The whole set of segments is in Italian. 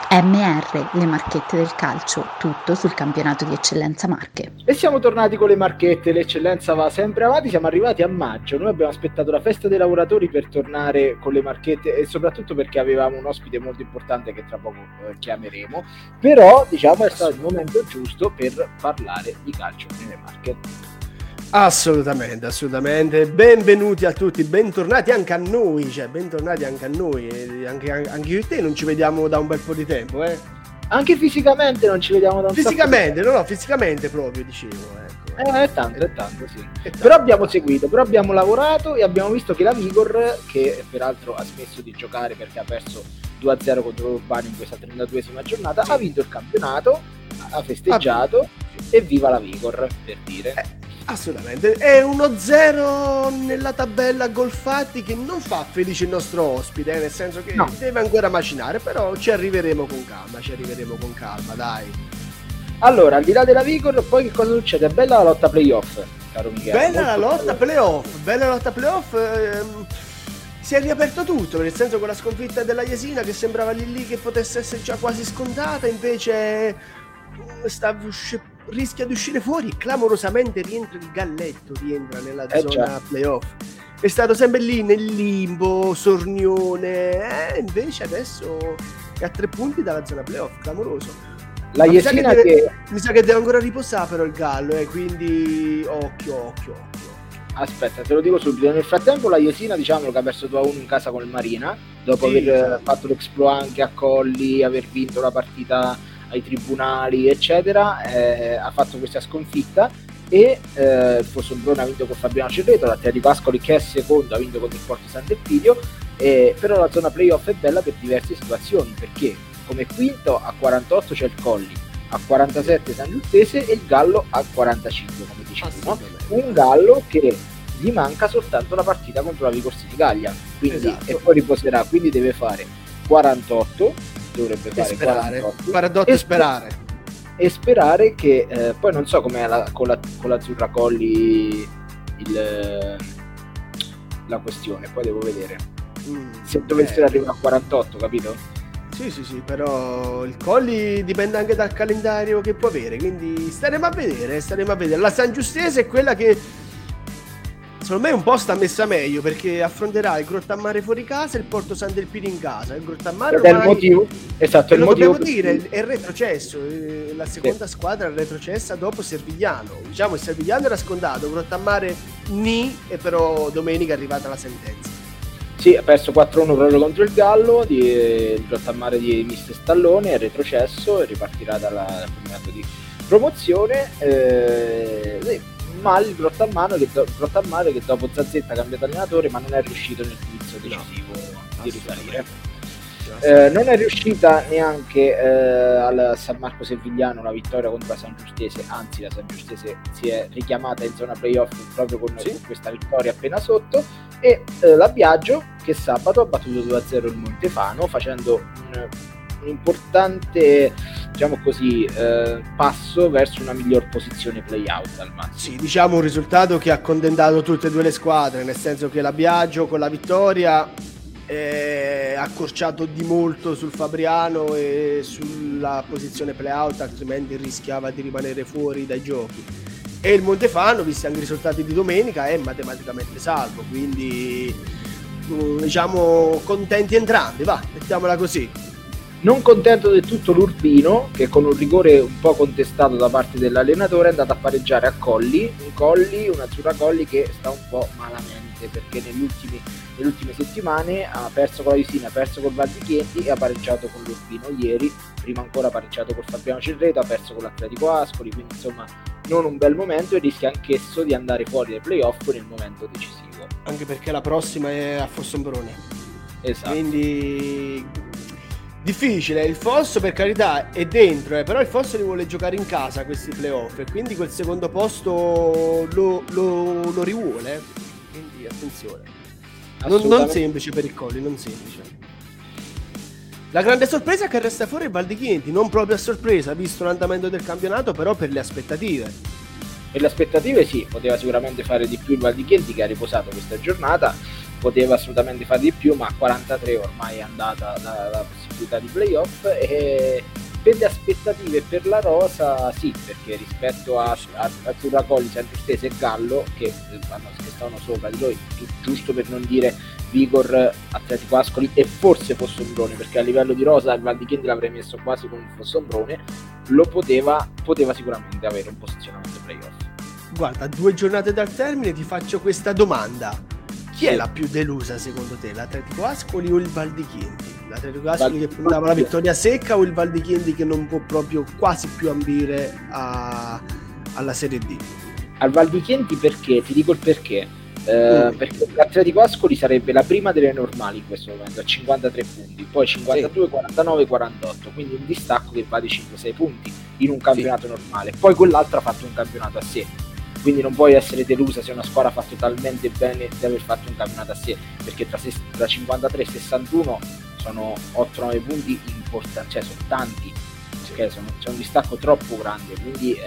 MR, le marchette del calcio, tutto sul campionato di eccellenza Marche. E siamo tornati con le marchette, l'eccellenza va sempre avanti, siamo arrivati a maggio, noi abbiamo aspettato la festa dei lavoratori per tornare con le marchette e soprattutto perché avevamo un ospite molto importante che tra poco chiameremo, però diciamo è stato il momento giusto per parlare di calcio nelle Marche. Assolutamente, benvenuti a tutti, bentornati anche a noi, e anche io e te non ci vediamo da un bel po' di tempo, Anche fisicamente non ci vediamo da un fisicamente, fisicamente proprio, dicevo, ecco. È tanto, sì. Però abbiamo seguito, però abbiamo lavorato e abbiamo visto che la Vigor, che peraltro ha smesso di giocare perché ha perso 2-0 contro l'Urbano in questa 32esima giornata, ha vinto il campionato, ha festeggiato e viva la Vigor, per dire. Assolutamente, è 1-0 nella tabella gol fatti che non fa felice il nostro ospite, nel senso che deve ancora macinare, però ci arriveremo con calma, dai. Allora, al di là della Vigor, poi che cosa succede? È bella la lotta playoff, caro Michele. Bella la lotta playoff, si è riaperto tutto, nel senso con la sconfitta della Jesina che sembrava lì che potesse essere già quasi scontata, invece rischia di uscire fuori, clamorosamente rientra il Galletto, rientra nella zona playoff. È stato sempre lì nel limbo, sornione, invece adesso è a 3 punti dalla zona playoff, clamoroso. La Jesina mi sa che deve ancora riposare però il Gallo, quindi occhio. Aspetta, te lo dico subito. Nel frattempo la Jesina, diciamo che ha perso 2-1 in casa con il Marina, dopo aver fatto l'exploit anche a Colli, aver vinto la partita ai tribunali eccetera, ha fatto questa sconfitta e il Fossombrone ha vinto con Fabiano Cerreto, l'Atletico Ascoli che è secondo ha vinto con il Porto Sant'Elpidio, però la zona playoff è bella per diverse situazioni, perché come quinto a 48 c'è il Colli, a 47 San Giustese e il Gallo a 45, come dicevo, un Gallo che gli manca soltanto la partita contro la Vigor Senigallia, quindi e poi riposerà, quindi deve fare 48, dovrebbe fare 48 e sperare che poi non so com'è con l'Azzurra Colli la questione, poi devo vedere se dovessero arrivare a 48, capito? Sì, però il Colli dipende anche dal calendario che può avere, quindi staremo a vedere. La San Giustese è quella che secondo me un po' sta messa meglio, perché affronterà il Grottammare fuori casa e il Porto Sant'Elpidio in casa. Il Grottammare è il motivo, esatto, il motivo dobbiamo dire, è retrocesso, la seconda squadra è retrocessa dopo Servigliano. Diciamo il Servigliano era scontato, Grottammare e però domenica è arrivata la sentenza. Sì, ha perso 4-1 proprio contro il Gallo, il Grottammare di Mister Stallone è retrocesso e ripartirà dal campionato di promozione. Ma il Grottammare che dopo Zazzetta ha cambiato allenatore, ma non è riuscito nel giudizio decisivo di risalire. Non è riuscita neanche al San Marco Servigliano la vittoria contro la San Giustese, anzi la San Giustese si è richiamata in zona playoff proprio con questa vittoria appena sotto, e la Biagio che sabato ha battuto 2-0 il Montefano facendo un importante, diciamo così, passo verso una miglior posizione play-out al massimo. Sì, diciamo un risultato che ha contentato tutte e due le squadre, nel senso che la Biagio con la vittoria ha accorciato di molto sul Fabriano e sulla posizione play-out, altrimenti rischiava di rimanere fuori dai giochi. E il Montefano, visti anche i risultati di domenica, è matematicamente salvo, quindi diciamo contenti entrambi, mettiamola così. Non contento del tutto l'Urbino, che con un rigore un po' contestato da parte dell'allenatore è andato a pareggiare a Colli, un'Azzurra Colli che sta un po' malamente, perché nelle ultime settimane ha perso con la Jesina, ha perso col Val di Chieti e ha pareggiato con l'Urbino ieri, prima ancora ha pareggiato col Fabiano Cerreto, ha perso con l'Atletico Ascoli, quindi insomma non un bel momento e rischia anch'esso di andare fuori dai playoff nel momento decisivo. Anche perché la prossima è a Fossombrone. Esatto. Quindi difficile, il Fosso per carità è dentro, però il Fosso li vuole giocare in casa questi playoff e quindi quel secondo posto lo rivuole, quindi attenzione. Non semplice per il Colli, non semplice. La grande sorpresa è che resta fuori il Val di Chieti, non proprio a sorpresa visto l'andamento del campionato, però per le aspettative. Per le aspettative sì, poteva sicuramente fare di più il Val di Chieti, che ha riposato questa giornata poteva assolutamente fare di più, ma a 43 ormai è andata la possibilità di playoff, e per le aspettative per la rosa sì, perché rispetto a Zurracoli, Centrostese e Gallo che stavano sopra di noi, giusto per non dire Vigor, Atletico Ascoli e forse Fossombrone, perché a livello di rosa il Val di Chieti l'avrei messo quasi con il Fossombrone, lo poteva sicuramente avere un posizionamento playoff. Guarda, 2 giornate dal termine ti faccio questa domanda: chi è la più delusa secondo te, l'Atletico Ascoli o il Val di Chieti? L'Atletico Ascoli che puntava la vittoria secca o il Val di Chieti che non può proprio quasi più ambire alla Serie D? Al Val di Chieti, perché? Ti dico il perché. Perché l'Atletico Ascoli sarebbe la prima delle normali in questo momento a 53 punti, poi 52, sì. 49, 48, quindi un distacco che va di 5-6 punti in un campionato normale. Poi quell'altro ha fatto un campionato a sé, quindi non puoi essere delusa se una squadra ha fatto talmente bene di aver fatto un campionato a sé, perché tra 53 e 61 sono 8-9 punti importanti, cioè sono tanti, c'è un distacco troppo grande, quindi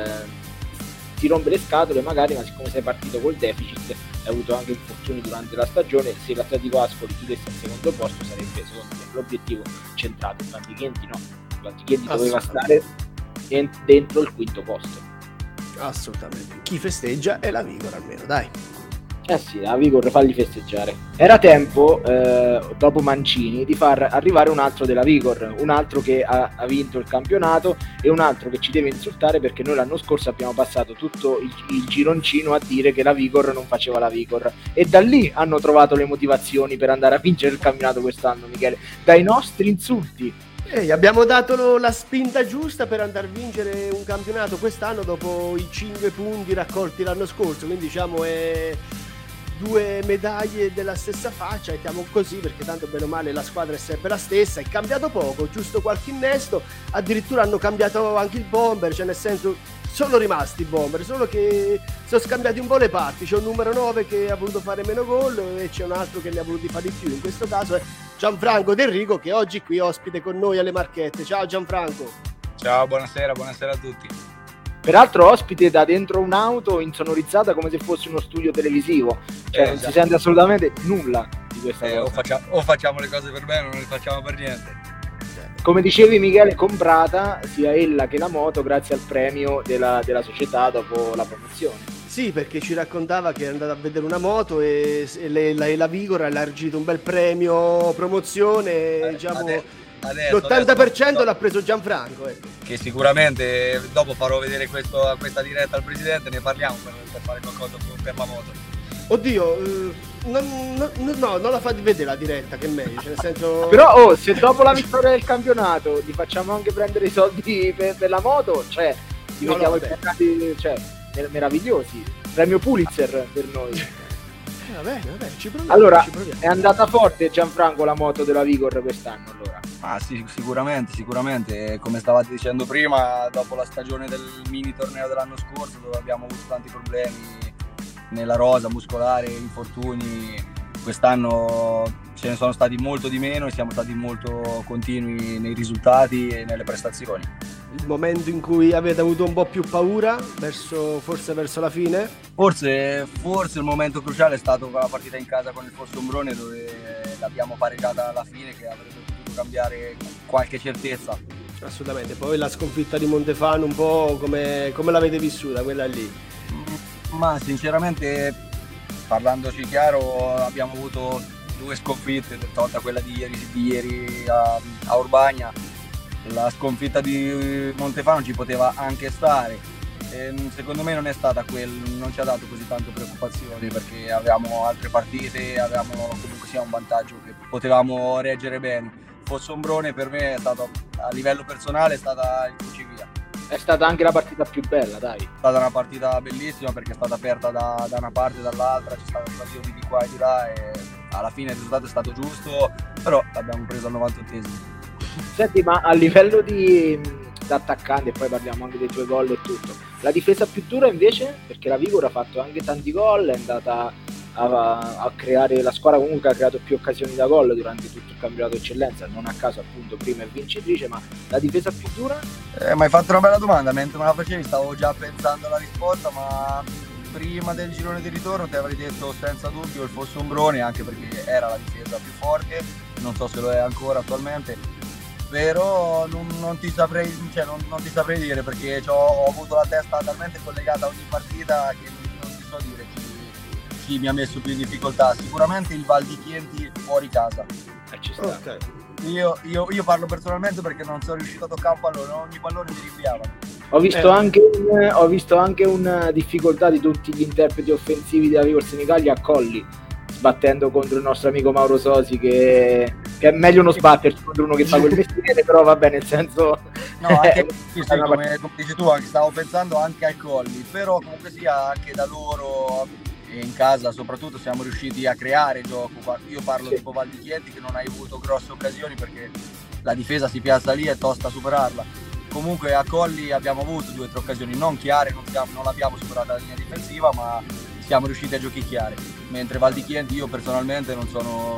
ti rompe le scatole magari, ma siccome sei partito col deficit, hai avuto anche infortuni durante la stagione, se l'Atletico Ascoli chiudesse al secondo posto sarebbe secondo me l'obiettivo centrato. Il Val di Chieti no, il Val di Chieti doveva stare dentro il quinto posto. Assolutamente, chi festeggia è la Vigor almeno, dai. Eh sì, la Vigor, falli festeggiare. Era tempo, dopo Mancini, di far arrivare un altro della Vigor, un altro che ha vinto il campionato e un altro che ci deve insultare, perché noi l'anno scorso abbiamo passato tutto il gironcino a dire che la Vigor non faceva la Vigor, e da lì hanno trovato le motivazioni per andare a vincere il campionato quest'anno, Michele, dai nostri insulti. Abbiamo dato la spinta giusta per andare a vincere un campionato quest'anno dopo i 5 punti raccolti l'anno scorso, quindi diciamo è 2 medaglie della stessa faccia, e stiamo così perché tanto bene o male la squadra è sempre la stessa, è cambiato poco, giusto qualche innesto, addirittura hanno cambiato anche il bomber, cioè nel senso sono rimasti i bomber, solo che sono scambiati un po' le parti, c'è un numero 9 che ha voluto fare meno gol e c'è un altro che ne ha voluti fare di più, in questo caso è Gianfranco Del Rigo, che oggi qui ospite con noi alle Marchette. Ciao Gianfranco. Ciao, buonasera a tutti. Peraltro ospite da dentro un'auto insonorizzata come se fosse uno studio televisivo, cioè non si sente assolutamente nulla di questa cosa. O facciamo le cose per bene o non le facciamo per niente. Come dicevi Michele, comprata sia ella che la moto grazie al premio della società dopo la promozione. Sì, perché ci raccontava che è andata a vedere una moto e la Vigor ha elargito un bel premio promozione, diciamo l'80% l'ha preso Gianfranco. Che sicuramente dopo farò vedere questa diretta al presidente, ne parliamo per fare qualcosa per la moto. Oddio, non la fate vedere la diretta, che è meglio, cioè nel senso... Però se dopo la vittoria del campionato ti facciamo anche prendere i soldi per la moto, cioè diventiamo i mercati, cioè meravigliosi, premio Pulitzer per noi. Va bene, ci proviamo. Allora, è andata forte Gianfranco la moto della Vigor quest'anno allora? Ah sì, sicuramente, come stavate dicendo prima, dopo la stagione del mini torneo dell'anno scorso dove abbiamo avuto tanti problemi nella rosa, muscolare, infortuni, quest'anno ce ne sono stati molto di meno e siamo stati molto continui nei risultati e nelle prestazioni. Il momento in cui avete avuto un po' più paura, forse verso la fine? Forse il momento cruciale è stato la partita in casa con il Fossombrone, dove l'abbiamo pareggiata alla fine, che avrebbe potuto cambiare qualche certezza. Assolutamente, poi la sconfitta di Montefano un po' come l'avete vissuta quella lì? Ma sinceramente, parlandoci chiaro, abbiamo avuto 2 sconfitte, tolta quella di ieri a Urbania. La sconfitta di Montefano ci poteva anche stare, secondo me non ci ha dato così tante preoccupazioni, perché avevamo altre partite, avevamo comunque sia un vantaggio che potevamo reggere bene. Fossombrone per me è stato, a livello personale, è stata il crocevia. È stata anche la partita più bella, dai. È stata una partita bellissima perché è stata aperta da una parte e dall'altra, c'è stato occasioni di qua e di là e alla fine il risultato è stato giusto, però l'abbiamo preso al 98esimo. Senti, ma a livello di attaccante, e poi parliamo anche dei 2 gol e tutto, la difesa più dura invece, perché la Vigor ha fatto anche tanti gol, è andata a creare, la squadra comunque ha creato più occasioni da gol durante tutto il campionato eccellenza, non a caso appunto prima è vincitrice, ma la difesa più dura? Mi hai fatto una bella domanda, mentre me la facevi stavo già pensando alla risposta, ma prima del girone di ritorno ti avrei detto senza dubbio il Fossombrone, anche perché era la difesa più forte, non so se lo è ancora attualmente, però non ti saprei, cioè non ti saprei dire, perché ho avuto la testa talmente collegata a ogni partita che non ti so dire chi mi ha messo più in difficoltà. Sicuramente il Val di Chieti fuori casa. Ci sta. Ok. Io parlo personalmente perché non sono riuscito a toccare un pallone, ogni pallone mi rinviavano. Ho visto anche una difficoltà di tutti gli interpreti offensivi della Vigor Senigallia a Colli, sbattendo contro il nostro amico Mauro Sosi, che è meglio non sbatterci contro uno che fa quel mestiere, però vabbè, nel senso... No, anche sì, come dici tu, anche, stavo pensando anche ai Colli, però comunque sia anche da loro e in casa soprattutto siamo riusciti a creare gioco. Io parlo tipo Val di Chieti, che non hai avuto grosse occasioni perché la difesa si piazza lì e è tosta a superarla. Comunque a Colli abbiamo avuto 2 o 3 occasioni non chiare, non abbiamo superato la linea difensiva, ma siamo riusciti a giochicchiare, mentre Val di Chieti io personalmente mi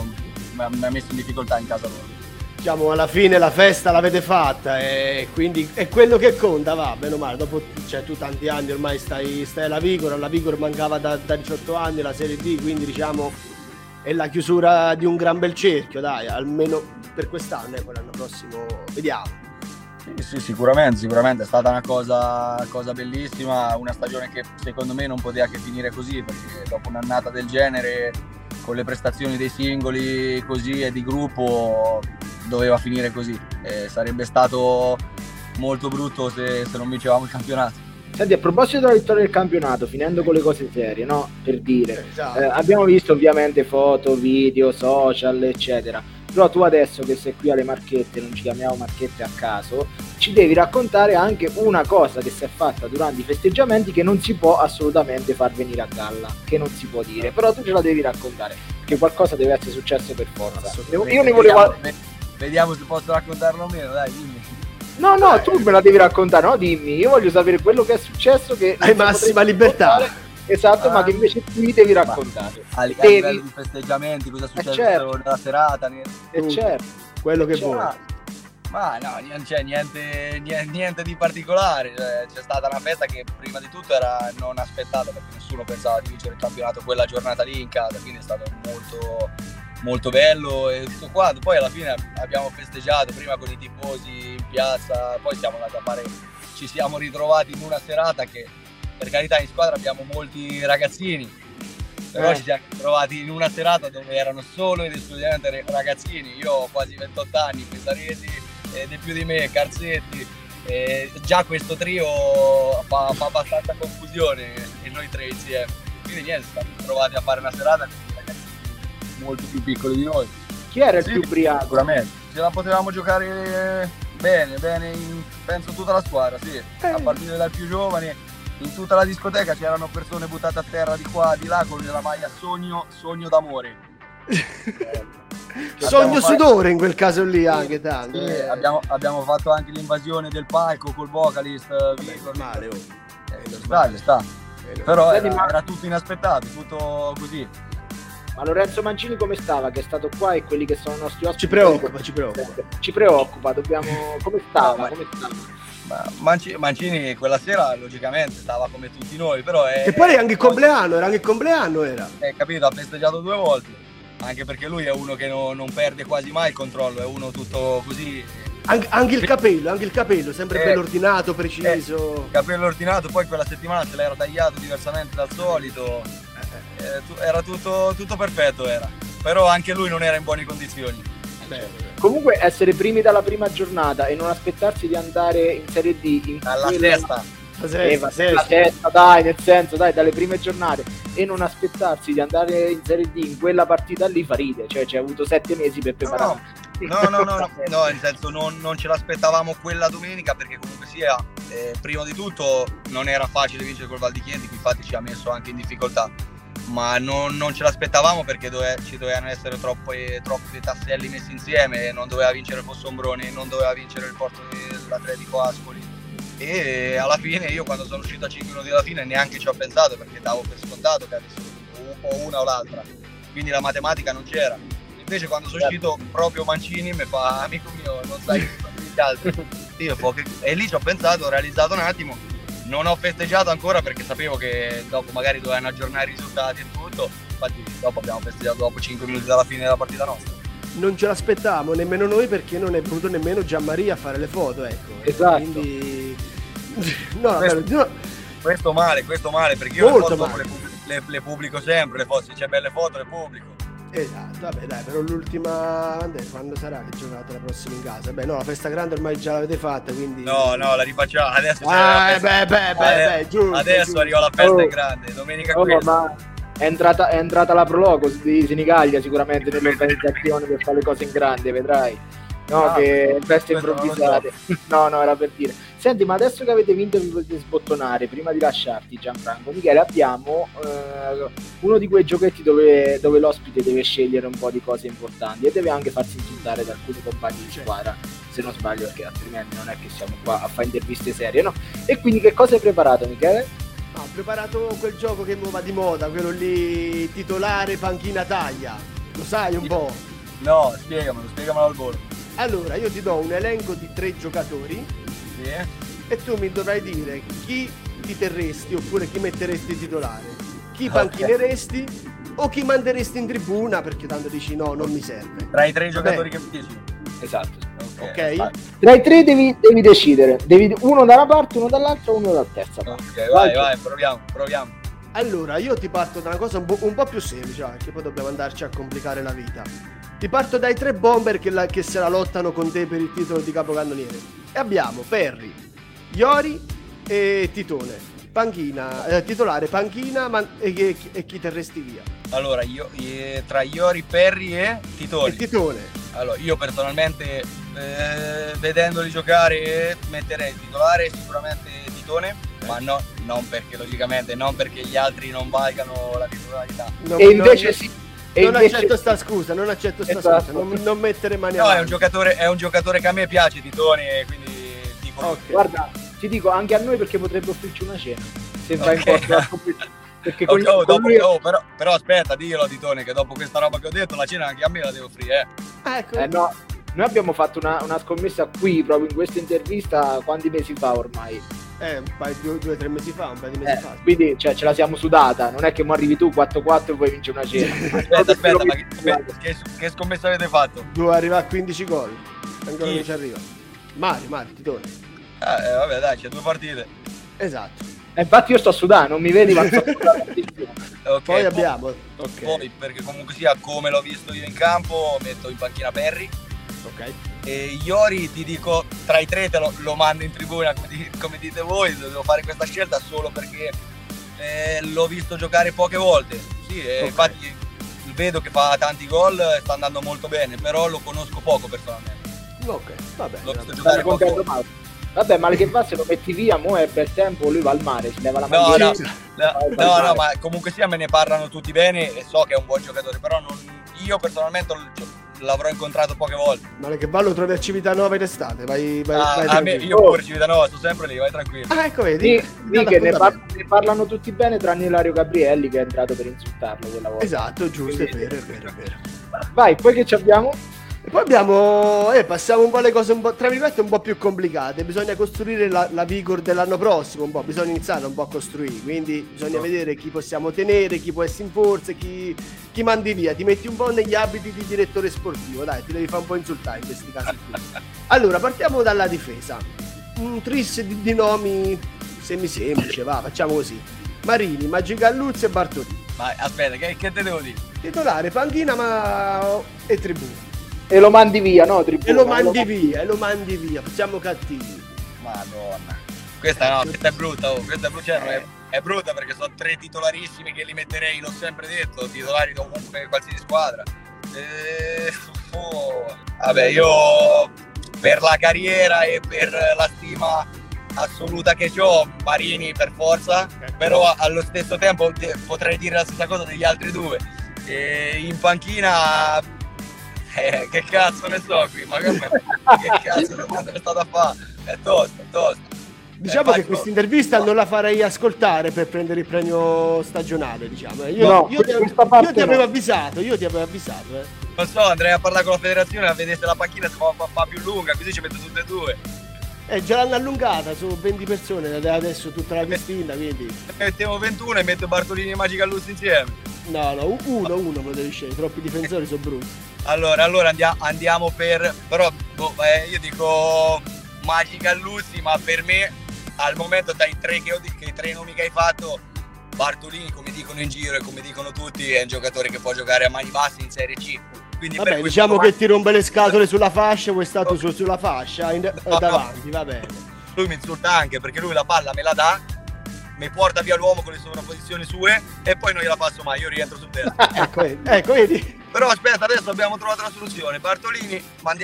ha messo in difficoltà in casa loro. Diciamo, alla fine la festa l'avete fatta e quindi è quello che conta, va, bene o male. Dopo, cioè, tu tanti anni ormai stai alla Vigor mancava da 18 anni la Serie D, quindi diciamo è la chiusura di un gran bel cerchio, dai, almeno per quest'anno e poi l'anno prossimo vediamo. Sì, sicuramente è stata una cosa bellissima, una stagione che secondo me non poteva che finire così, perché dopo un'annata del genere, con le prestazioni dei singoli così e di gruppo, doveva finire così. Sarebbe stato molto brutto se non vincevamo il campionato. Senti, a proposito della vittoria del campionato, finendo con le cose serie, no? Per dire, Esatto. Abbiamo visto ovviamente foto, video, social, eccetera. Però tu adesso che sei qui alle Marchette, non ci chiamiamo Marchette a caso, ci devi raccontare anche una cosa che si è fatta durante i festeggiamenti che non si può assolutamente far venire a galla, che non si può dire, però tu ce la devi raccontare, perché qualcosa deve essere successo per forza. Io ne volevo... Vediamo se posso raccontarlo o meno, dai, dimmi. No, tu me la devi raccontare, no? Dimmi, io voglio sapere quello che è successo, che Hai massima libertà. Esatto, ma che invece qui devi raccontare. A livello di festeggiamenti, cosa è successo certo. nella serata? Certo. Quello che vuoi. Ma no, non c'è niente di particolare. C'è stata una festa che prima di tutto era non aspettata, perché nessuno pensava di vincere il campionato quella giornata lì in casa, quindi è stato molto, molto bello e tutto quanto. Poi alla fine abbiamo festeggiato prima con i tifosi in piazza, poi ci siamo ritrovati in una serata che, per carità, in squadra abbiamo molti ragazzini, però ci siamo trovati in una serata dove erano solo ed esclusivamente ragazzini. Io ho quasi 28 anni, Pesaresi di più di me, Carsetti, già questo trio fa abbastanza confusione, e noi 3 insieme, quindi niente, siamo trovati a fare una serata con ragazzi molto più piccoli di noi. Chi era il più ubriaco? Sicuramente ce la potevamo giocare bene penso tutta la squadra, sì, a partire dal più giovane. In tutta la discoteca c'erano persone buttate a terra di qua, di là, con la maglia sogno d'amore. Sogno sudore in quel caso lì, anche tanto. Sì, abbiamo fatto anche l'invasione del palco col vocalist. Normale, sta. Però era tutto inaspettato, tutto così. Ma Lorenzo Mancini come stava? Che è stato qua, e quelli che sono i nostri ospiti ci preoccupa. Dobbiamo... Come stava? Mancini quella sera logicamente stava come tutti noi, però e poi era anche il compleanno, capito, ha festeggiato 2 volte, anche perché lui è uno che non perde quasi mai il controllo, è uno tutto così. Anche il capello sempre bello ordinato, preciso. Capello ordinato, poi quella settimana se l'era tagliato diversamente dal solito. Era tutto perfetto, però anche lui non era in buone condizioni. Comunque essere primi dalla prima giornata e non aspettarsi di andare in Serie D alla sesta, la sesta, dai, nel senso, dai, dalle prime giornate, e non aspettarsi di andare in Serie D in quella partita lì fa ride, cioè ci ha avuto 7 mesi per preparare. No, nel senso non ce l'aspettavamo quella domenica, perché comunque sia, prima di tutto non era facile vincere col Val di Chieti, infatti ci ha messo anche in difficoltà, ma non ce l'aspettavamo perché ci dovevano essere troppi tasselli messi insieme. Non doveva vincere il Fossombrone, non doveva vincere il Porto dell'Atletico Ascoli, e alla fine io, quando sono uscito a 5 minuti dalla fine, neanche ci ho pensato, perché davo per scontato che avessi o una o l'altra, quindi la matematica non c'era. Invece quando sono uscito, proprio Mancini mi fa: amico mio, non sai gli altri. E lì ci ho pensato, ho realizzato un attimo, Non ho festeggiato ancora perché sapevo che dopo magari dovevano aggiornare i risultati e tutto, infatti dopo abbiamo festeggiato dopo 5 minuti dalla fine della partita nostra. Non ce l'aspettavamo nemmeno noi, perché non è venuto nemmeno Gianmaria a fare le foto, ecco. Esatto. Quindi no, questo male, perché io molto le foto male. le pubblico sempre, le foto, se c'è belle foto le pubblico. Esatto, vabbè dai, però l'ultima, quando sarà che giocate la prossima in casa? Beh no, la festa grande ormai già l'avete fatta, quindi... No, la rifacciamo, adesso giusto, adesso arriva la festa in grande, domenica questa. Ma è entrata la Prologos di Senigallia sicuramente nell'organizzazione per fare le cose in grande, vedrai. No, che feste improvvisate. No, era per dire. Senti, ma adesso che avete vinto vi potete sbottonare, prima di lasciarti Gianfranco, Michele, abbiamo uno di quei giochetti dove l'ospite deve scegliere un po' di cose importanti e deve anche farsi insultare da alcuni compagni di squadra, se non sbaglio, perché altrimenti non è che siamo qua a fare interviste serie, no? E quindi che cosa hai preparato, Michele? Ho preparato quel gioco che va di moda, quello lì, titolare, panchina, taglia. Lo sai un po'? No, spiegamelo al volo. Allora, io ti do un elenco di 3 giocatori, Sì. E tu mi dovrai dire chi ti terresti oppure chi metteresti titolare, chi panchineresti o chi manderesti in tribuna, perché tanto dici no, non mi serve. Tra i 3 giocatori che mi dici. Esatto. Ok? Tra i 3 devi decidere, uno da una parte, uno dall'altra, uno dalla terza parte. Ok, vai, proviamo. Allora, io ti parto da una cosa un po' più semplice, perché poi dobbiamo andarci a complicare la vita. Ti parto dai 3 bomber che se la lottano con te per il titolo di capocannoniere. E abbiamo Perry, Iori e Titone. Panchina, titolare, panchina e chi terresti via? Allora, io tra Iori, Perry e Titone. E Titone. Allora, io personalmente, vedendoli giocare, metterei il titolare sicuramente Titone, ma no, non perché gli altri non valgano la titolarità. E invece sì. Non accetto sta scusa, Esatto. scusa, non mettere mani No, avanti. è un giocatore che a me piace, Titone, quindi dico. Okay. Guarda, ti dico anche a noi, perché potrebbe offrirci una cena. Se vai in porto, perché con però aspetta, dillo a Titone che dopo questa roba che ho detto la cena anche a me la devo offrire, Ecco. no, noi abbiamo fatto una scommessa qui proprio in questa intervista quanti mesi fa ormai. Un paio, 2 o 3 mesi fa, un paio di mesi fa. Quindi ce la siamo sudata, non è che mo arrivi tu 4-4 e poi vinci una cena. Aspetta, ma che scommessa avete fatto? Dove arriva a 15 gol. Ancora Chi? non ci arriva. Mario, Titone. Vabbè dai, c'è 2 partite. Esatto. Infatti io sto sudando, non mi vedi, ma sto sudando. Okay, Poi abbiamo Poi, perché comunque sia, come l'ho visto io in campo, metto in panchina Perry. Ok. E Iori, ti dico, tra i 3 lo mando in tribuna, come dite voi. Devo fare questa scelta solo perché l'ho visto giocare poche volte. Sì, Okay. Infatti vedo che fa tanti gol, sta andando molto bene, però lo conosco poco personalmente. Ok, va bene. L'ho visto va giocare poche volte. Vabbè, male che fa, se lo metti via, mo è bel tempo, lui va al mare, si leva la No, maglietta. no, ma comunque sia me ne parlano tutti bene e so che è un buon giocatore, però io personalmente l'avrò incontrato poche volte. Male che va, lo trovi a Civitanova in estate. Vai A me, io pure Civitanova, sto sempre lì, vai tranquillo. ecco, vedi. Sì, che ne parlano tutti bene, tranne Ilario Gabrielli che è entrato per insultarlo quella volta. Esatto, giusto, è vero. Vai, poi che ci abbiamo? E poi abbiamo, passiamo un po' alle cose un po', tra virgolette, un po' più complicate. Bisogna costruire la Vigor dell'anno prossimo, un po', bisogna iniziare un po' a costruire, quindi bisogna vedere chi possiamo tenere, chi può essere in forza, chi mandi via. Ti metti un po' negli abiti di direttore sportivo, dai, ti devi fare un po' insultare in questi casi qui. Allora, partiamo dalla difesa. Un tris di nomi semi-semplice, facciamo così. Marini, Magigalluzzi e Bartolini. Ma aspetta, che te devo dire? Titolare, panchina e tribuna. E lo mandi via, no? Tribuna, E lo mandi via, facciamo cattivi. Madonna. Questa è brutta, questa è brutta, è brutta perché sono 3 titolarissimi che li metterei, l'ho sempre detto, titolari comunque qualsiasi squadra. Vabbè, io per la carriera e per la stima assoluta che ho, Marini per forza, però allo stesso tempo potrei dire la stessa cosa degli altri 2. In panchina che cazzo ne so qui, ma che cazzo è stata a fare? È tosta. Diciamo che questa intervista non la farei ascoltare per prendere il premio stagionale, diciamo. Io ti avevo avvisato. Non so, andrei a parlare con la federazione a vedere se la panchina si fa più lunga, così ci metto tutte e 2. Già l'hanno allungata su 20 persone adesso tutta la distinta, quindi mettiamo 21 e metto Bartolini e Magica Luz insieme. no, uno me lo devi scegliere, troppi difensori sono brutti. Allora andiamo per, però io dico Magica Luzzi, ma per me al momento dai i tre nomi che hai fatto, Bartolini, come dicono in giro e come dicono tutti, è un giocatore che può giocare a mani basse in Serie C. Quindi vabbè, diciamo che ti rompe le scatole sulla fascia, vuoi stato sulla fascia davanti, va bene. Lui mi insulta anche perché lui la palla me la dà, mi porta via l'uomo con le sovrapposizioni sue e poi non gliela passo mai, io rientro sul destro. ecco, vedi. Però aspetta, adesso abbiamo trovato la soluzione. Perché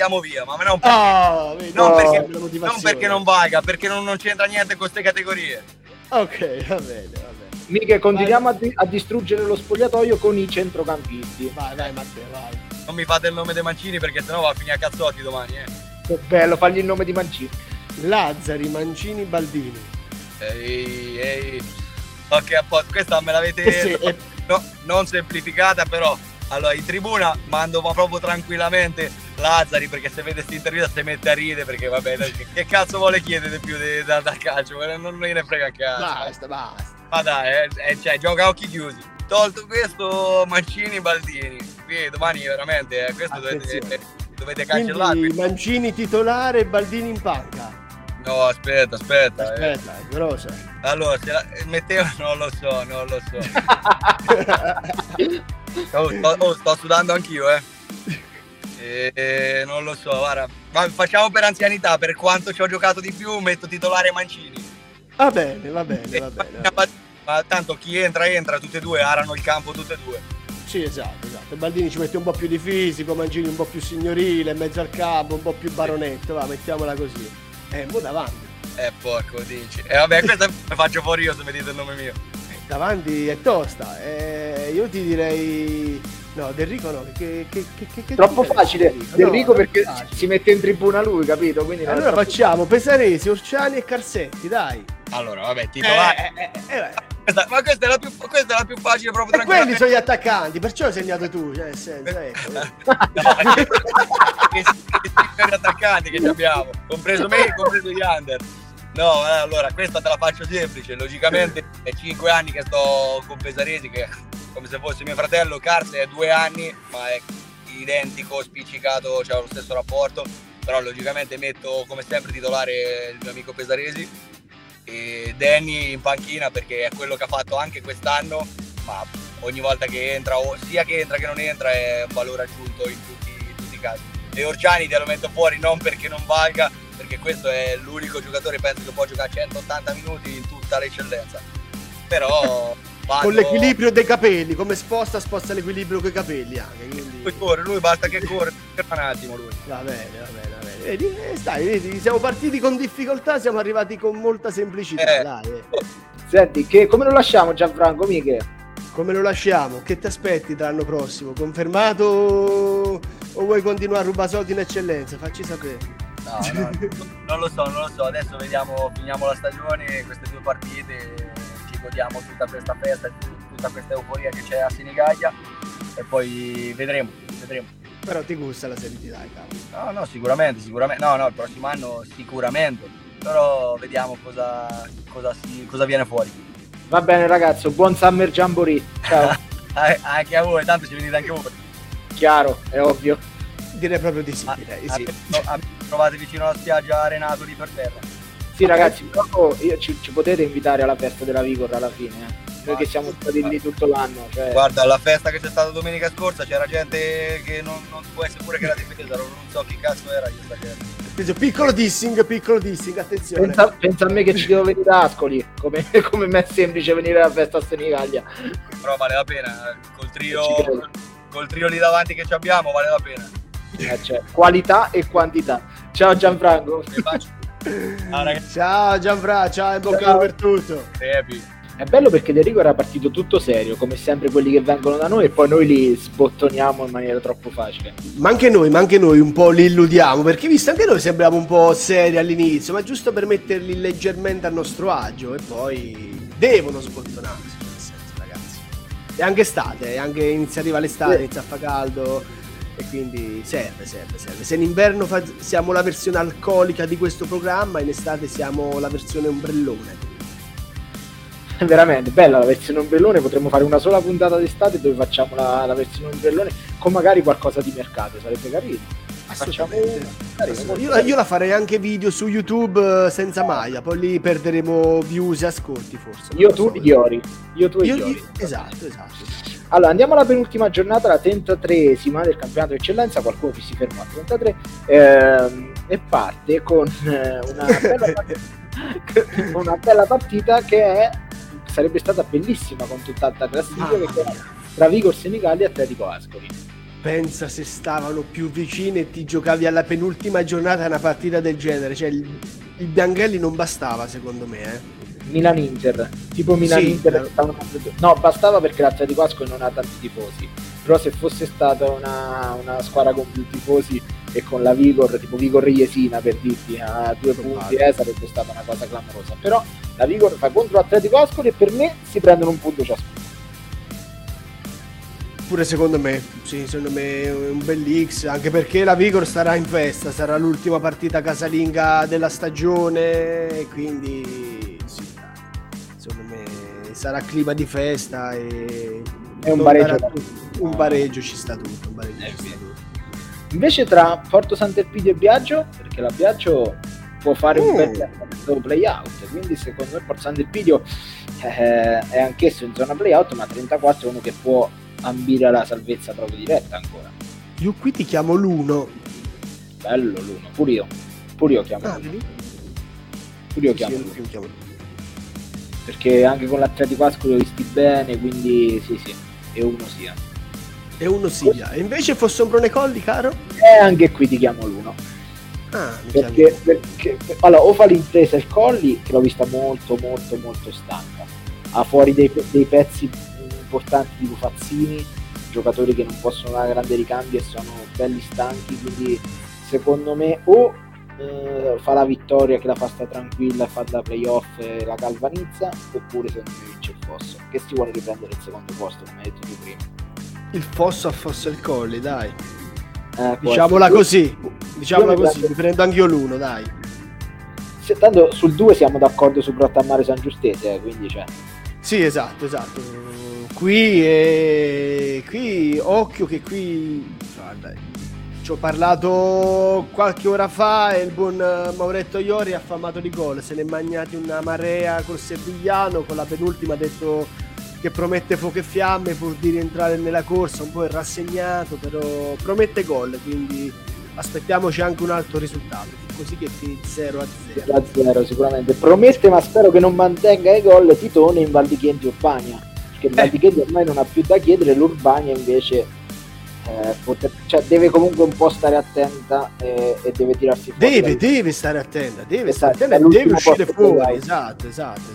non perché non valga, perché non c'entra niente con queste categorie. Ok, va bene. Miche, continuiamo a distruggere lo spogliatoio con i centrocampisti. Vai Matteo, vai. Non mi fate il nome dei Mancini perché sennò va a finire a cazzotti domani, Che bello, fagli il nome di Mancini. Lazzari, Mancini, Baldini. Ehi. Ok, a posto, questa me l'avete non semplificata, però. Allora, in tribuna mando proprio tranquillamente Lazzari, perché se vede questa intervista si mette a ridere, perché vabbè, che cazzo vuole chiedere più dal calcio? Non gliene frega un cazzo. Basta. Ma dai, cioè, gioca a occhi chiusi. Tolto questo, Mancini, Baldini. Qui domani veramente, questo dovete cancellarlo. Quindi Mancini titolare e Baldini in panca. No, aspetta. È grossa. Allora, se la metteva, non lo so. Sto sudando anch'io, non lo so, guarda. Ma facciamo per anzianità, per quanto ci ho giocato di più, metto titolare Mancini. Va bene. Ma tanto chi entra, tutti e due arano il campo, tutte e due. Sì, esatto. Baldini ci mette un po' più di fisico, Mancini un po' più signorile, in mezzo al campo, un po' più baronetto, va, mettiamola così. Mo davanti. Porco dici. Vabbè, questa la faccio fuori io se mi dite il nome mio. Davanti è tosta. Io ti direi no, Del Rico no, che troppo facile. Del Rico perché si mette in tribuna lui, capito? Quindi allora facciamo Pesaresi, Orciani e Carsetti, dai. Allora, vabbè, titolare. Ma questa è la più facile proprio. E quelli sono gli attaccanti, perciò hai segnato tu, cioè nel senso, gli attaccanti che abbiamo, compreso me e compreso gli under. No, allora questa te la faccio semplice. Logicamente è 5 anni che sto con Pesaresi, che come se fosse mio fratello. Carse è 2 anni, ma è identico, spiccicato, c'ha lo stesso rapporto. Però logicamente metto come sempre titolare il mio amico Pesaresi e Danny in panchina, perché è quello che ha fatto anche quest'anno, ma ogni volta che entra, o sia che entra che non entra, è un valore aggiunto in tutti i casi. E Orciani te lo metto fuori non perché non valga, perché questo è l'unico giocatore, penso, che può giocare 180 minuti in tutta l'eccellenza. Però con l'equilibrio dei capelli, come sposta l'equilibrio coi capelli anche, quindi lui basta che corre un attimo lui. Va bene. Vedi, siamo partiti con difficoltà, siamo arrivati con molta semplicità, dai. Senti, come lo lasciamo Gianfranco, Miche? Come lo lasciamo? Che ti aspetti l'anno prossimo? Confermato o vuoi continuare a rubare soldi in eccellenza? Facci sapere. No, non lo so, adesso vediamo, finiamo la stagione, queste 2 partite, ci godiamo tutta questa festa, tutta questa euforia che c'è a Senigallia e poi vedremo. Però ti gusta la Serie D, dai, cavolo. No, sicuramente. No, il prossimo anno sicuramente. Però vediamo cosa viene fuori. Va bene ragazzi, buon Summer Jamboree. Ciao. Anche a voi, tanto ci venite anche voi. Chiaro, è ovvio. Direi proprio di sì, direi sì. Trovate vicino alla spiaggia Renato lì per terra. Sì ragazzi, però ci potete invitare alla festa della Vigor alla fine, Noi che siamo stati lì tutto l'anno, cioè. Guarda, alla festa che c'è stata domenica scorsa c'era gente che non può essere pure che era difesa, non so chi cazzo era questa gente. Piccolo dissing, attenzione. Pensa a me che ci devo venire da Ascoli, come me è semplice venire alla festa a Senigallia. Però vale la pena, col trio lì davanti che ci abbiamo vale la pena. Cioè, qualità e quantità. Ciao Gianfranco. Ciao Gianfranco, ciao, in bocca per tutto. È bello perché Del Rico era partito tutto serio, come sempre quelli che vengono da noi, e poi noi li sbottoniamo in maniera troppo facile. Ma anche noi un po' li illudiamo, perché visto anche noi sembriamo un po' seri all'inizio, ma giusto per metterli leggermente a nostro agio, e poi devono sbottonarsi, nel senso, ragazzi. E anche estate, anche iniziativa l'estate, inizia a fa caldo, e quindi serve. Se in inverno siamo la versione alcolica di questo programma, in estate siamo la versione ombrellone. È veramente bella la versione ombrellone, potremmo fare una sola puntata d'estate dove facciamo la versione ombrellone con magari qualcosa di mercato, sarebbe carino. Io la farei anche video su YouTube senza maglia, poi lì perderemo views e ascolti forse. Io tu e Iori. Esatto. Allora andiamo alla penultima giornata, la 33esima del campionato d'eccellenza. Qualcuno si ferma a 33 e parte con una bella partita che sarebbe stata bellissima con tutt'altra classifica, che era tra Vigor Senigallia e Atletico Ascoli. Pensa se stavano più vicini e ti giocavi alla penultima giornata una partita del genere, cioè il Biangelli non bastava secondo me. Milan-Inter, tipo Milan-Inter, no, bastava perché l'Atletico Ascoli non ha tanti tifosi, però se fosse stata una squadra con più tifosi e con la Vigor, tipo Vigor Jesina per dirti, a 2 punti, sarebbe stata una cosa clamorosa. Però la Vigor fa contro l'Atletico Ascoli e per me si prendono un punto ciascuno. Pure secondo me è un bel X, anche perché la Vigor starà in festa, sarà l'ultima partita casalinga della stagione e quindi sì, secondo me sarà clima di festa e un pareggio, un pareggio ci sta tutto, Invece tra Porto Sant'Elpidio e Biagio, perché la Biagio può fare un bel play out, quindi secondo me Porto Sant'Elpidio è anch'esso in zona play out, ma 34 è uno che può ambire alla salvezza proprio diretta ancora. Io qui ti chiamo l'1. Bello l'1, pure io chiamo l'1. Pure io chiamo l'1. Perché anche con l'Atletico Ascoli ho visti bene, quindi sì, e uno sia. E invece Fossombrone Colli, caro? Anche qui ti chiamo l'1. Perché allora, o fa l'impresa il Colli, che l'ho vista molto stanca, ha fuori dei pezzi importanti tipo Fazzini, giocatori che non possono dare grandi ricambi e sono belli stanchi, quindi secondo me o fa la vittoria che la fa sta tranquilla e fa da playoff e la galvanizza, oppure secondo me vince il Fosso, che si vuole riprendere il secondo posto come hai detto tu prima. Il Fosso a Fosso il Colli, dai, diciamola così, mi prendo anch'io l'1, dai. Tanto sul 2 siamo d'accordo su Grottammare San Giustese, quindi c'è. Sì, esatto. Qui occhio che qui guarda, ci ho parlato qualche ora fa e il buon Mauretto Iori, affamato di gol, se ne è magnati una marea col Servigliano, con la penultima ha detto che promette fuoco e fiamme pur di rientrare nella corsa, un po' è rassegnato, però promette gol, quindi aspettiamoci anche un altro risultato, così che finisce 0-0 sicuramente promette, ma spero che non mantenga i gol Titone in Val di Chieti Urbania, perché Val di Chieti ormai non ha più da chiedere, l'Urbania invece deve comunque un po' stare attenta e deve tirarsi fuori, deve stare attenta, deve uscire fuori, esatto.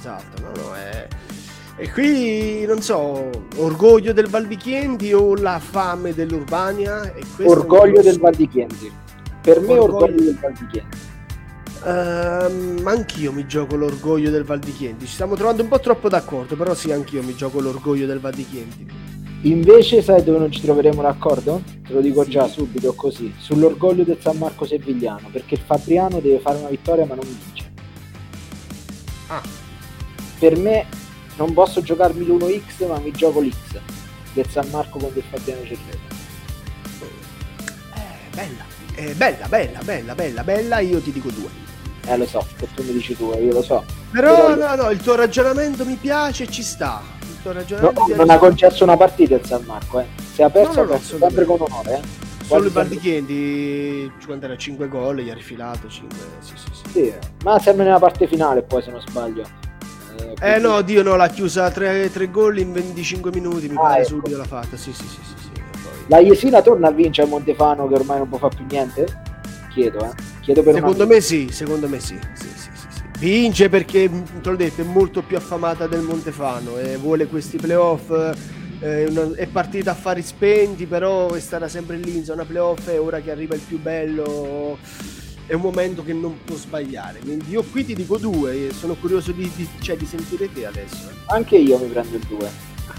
E qui non so, orgoglio del Val di Chieti o la fame dell'Urbania? Orgoglio del Val di Chieti, per me orgoglio del Val di Chieti. Anch'io mi gioco l'orgoglio del Val di Chieti, ci stiamo trovando un po' troppo d'accordo, però sì, anch'io mi gioco l'orgoglio del Val di Chieti. Invece sai dove non ci troveremo d'accordo? Te lo dico già subito così, sull'orgoglio del San Marco Servigliano, perché il Fabriano deve fare una vittoria ma non vince. Per me non posso giocarmi l'1x, ma mi gioco l'X del San Marco contro il Fabriano Cervelo. Bella, io ti dico 2. Lo so, che tu mi dici 2, io lo so. Però no, il tuo ragionamento mi piace e ci sta. Il tuo ragionamento non ha concesso una partita il San Marco, Se ha perso, sempre con onore, Solo il Val di Chieti 55 gol, gli ha rifilato 5. Sì, ma sempre nella parte finale poi, se non sbaglio. No, Dio no, l'ha chiusa 3 gol in 25 minuti, mi pare, ecco. subito l'ha fatta, sì. Poi... La Jesina torna a vincere a Montefano che ormai non può fare più niente? Chiedo per secondo me sì. Vince perché, te l'ho detto, è molto più affamata del Montefano e vuole questi playoff, è partita a fari spenti, però è stata sempre lì in zona playoff e ora che arriva il più bello è un momento che non può sbagliare, quindi io qui ti dico 2 e sono curioso di sentire te adesso. Anche io mi prendo il 2.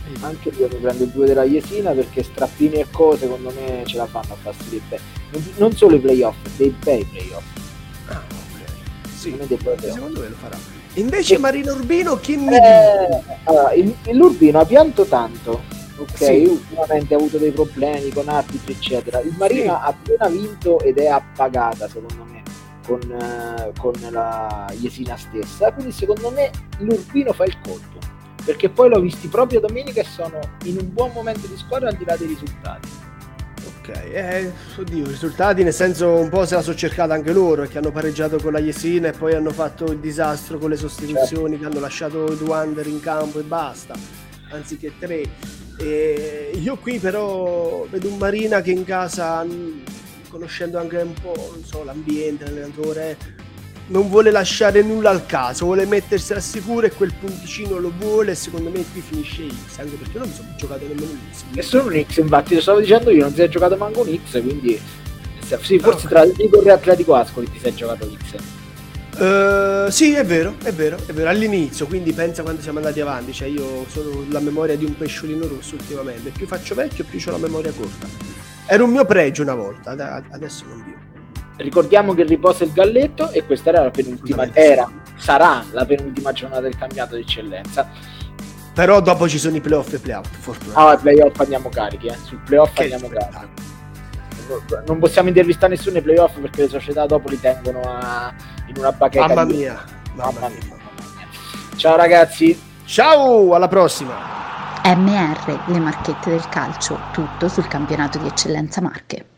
Anche io mi prendo il 2 della Jesina, perché strappini e cose secondo me ce la fanno a farsi non solo i playoff, dei bei playoff. Ah, ok. Sì, secondo me lo farà. Invece Marino Urbino, chi mi dice? Allora, l'Urbino ha pianto tanto, ok? Sì. Ultimamente ha avuto dei problemi con arbitri eccetera. Il Marino ha appena vinto ed è appagata secondo me con la Jesina stessa, quindi secondo me l'Urbino fa il colpo, perché poi l'ho visti proprio domenica e sono in un buon momento di squadra al di là dei risultati. Ok, oddio, i risultati nel senso un po' se la sono cercata anche loro, perché hanno pareggiato con la Jesina e poi hanno fatto il disastro con le sostituzioni, che hanno lasciato Duander in campo e basta, anziché 3. E io qui però vedo un Marina che in casa, conoscendo anche un po', non so, l'ambiente, l'allenatore, non vuole lasciare nulla al caso, vuole mettersi al sicuro e quel punticino lo vuole, e secondo me qui finisce X, anche perché non mi sono giocato nemmeno un X. Nessuno un X, infatti lo stavo dicendo io, non si è giocato manco un X, quindi sì, forse tra Ligor e Atletico Ascoli ti sei giocato X. Sì, è vero, all'inizio, quindi pensa quando siamo andati avanti, cioè io sono la memoria di un pesciolino rosso ultimamente, più faccio vecchio più ho la memoria corta. Era un mio pregio una volta, adesso non più. Ricordiamo che riposa il Galletto e questa era la penultima, sarà la penultima giornata del campionato di eccellenza. Però dopo ci sono i playoff e playout, fortunatamente. I playoff andiamo carichi, sul playoff andiamo carichi. Non possiamo intervistare nessuno nei playoff perché le società dopo li tengono in una bacheca. Mamma mia. Ciao ragazzi. Ciao, alla prossima. MR, le marchette del calcio, tutto sul campionato di eccellenza Marche.